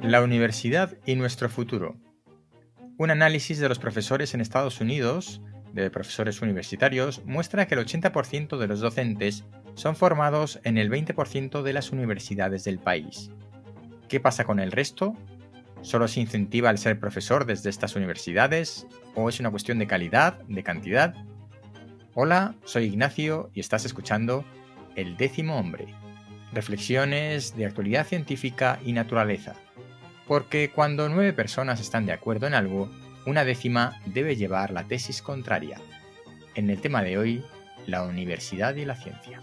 La universidad y nuestro futuro. Un análisis de los profesores en Estados Unidos, de profesores universitarios, muestra que el 80% de los docentes son formados en el 20% de las universidades del país. ¿Qué pasa con el resto? ¿Solo se incentiva el ser profesor desde estas universidades? ¿O es una cuestión de calidad, de cantidad? Hola, soy Ignacio y estás escuchando El Décimo Hombre. Reflexiones de actualidad científica y naturaleza. Porque cuando 9 personas están de acuerdo en algo, una décima debe llevar la tesis contraria. En el tema de hoy, la universidad y la ciencia.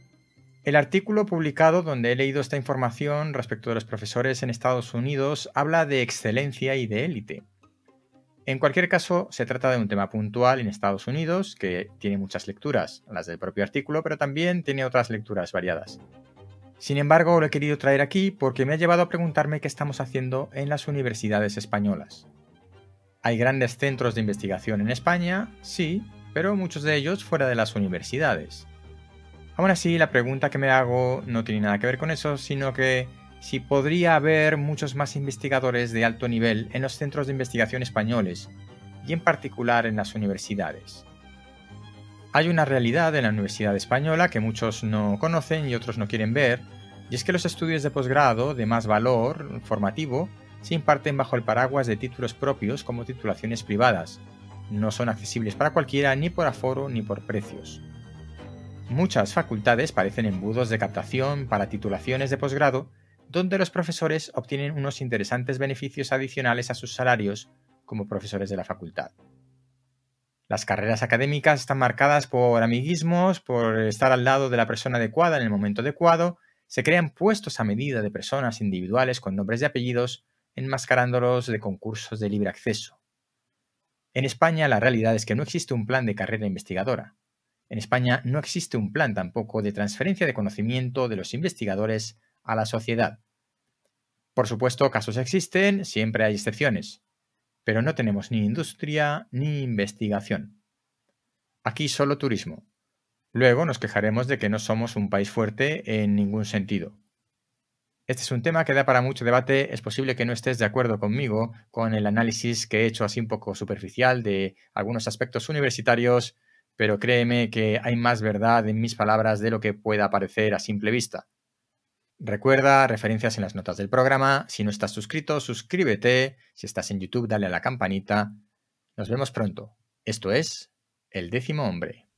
El artículo publicado donde he leído esta información respecto de los profesores en Estados Unidos habla de excelencia y de élite. En cualquier caso, se trata de un tema puntual en Estados Unidos que tiene muchas lecturas, las del propio artículo, pero también tiene otras lecturas variadas. Sin embargo, lo he querido traer aquí porque me ha llevado a preguntarme qué estamos haciendo en las universidades españolas. Hay grandes centros de investigación en España, sí, pero muchos de ellos fuera de las universidades. Aún así, la pregunta que me hago no tiene nada que ver con eso, sino que si podría haber muchos más investigadores de alto nivel en los centros de investigación españoles, y en particular en las universidades. Hay una realidad en la Universidad Española que muchos no conocen y otros no quieren ver, y es que los estudios de posgrado de más valor formativo se imparten bajo el paraguas de títulos propios como titulaciones privadas. No son accesibles para cualquiera ni por aforo ni por precios. Muchas facultades parecen embudos de captación para titulaciones de posgrado, donde los profesores obtienen unos interesantes beneficios adicionales a sus salarios como profesores de la facultad. Las carreras académicas están marcadas por amiguismos, por estar al lado de la persona adecuada en el momento adecuado, se crean puestos a medida de personas individuales con nombres y apellidos, enmascarándolos de concursos de libre acceso. En España la realidad es que no existe un plan de carrera investigadora. En España no existe un plan tampoco de transferencia de conocimiento de los investigadores a la sociedad. Por supuesto, casos existen, siempre hay excepciones, pero no tenemos ni industria ni investigación. Aquí solo turismo. Luego nos quejaremos de que no somos un país fuerte en ningún sentido. Este es un tema que da para mucho debate. Es posible que no estés de acuerdo conmigo con el análisis que he hecho así un poco superficial de algunos aspectos universitarios, pero créeme que hay más verdad en mis palabras de lo que pueda parecer a simple vista. Recuerda, referencias en las notas del programa. Si no estás suscrito, suscríbete. Si estás en YouTube, dale a la campanita. Nos vemos pronto. Esto es El Décimo Hombre.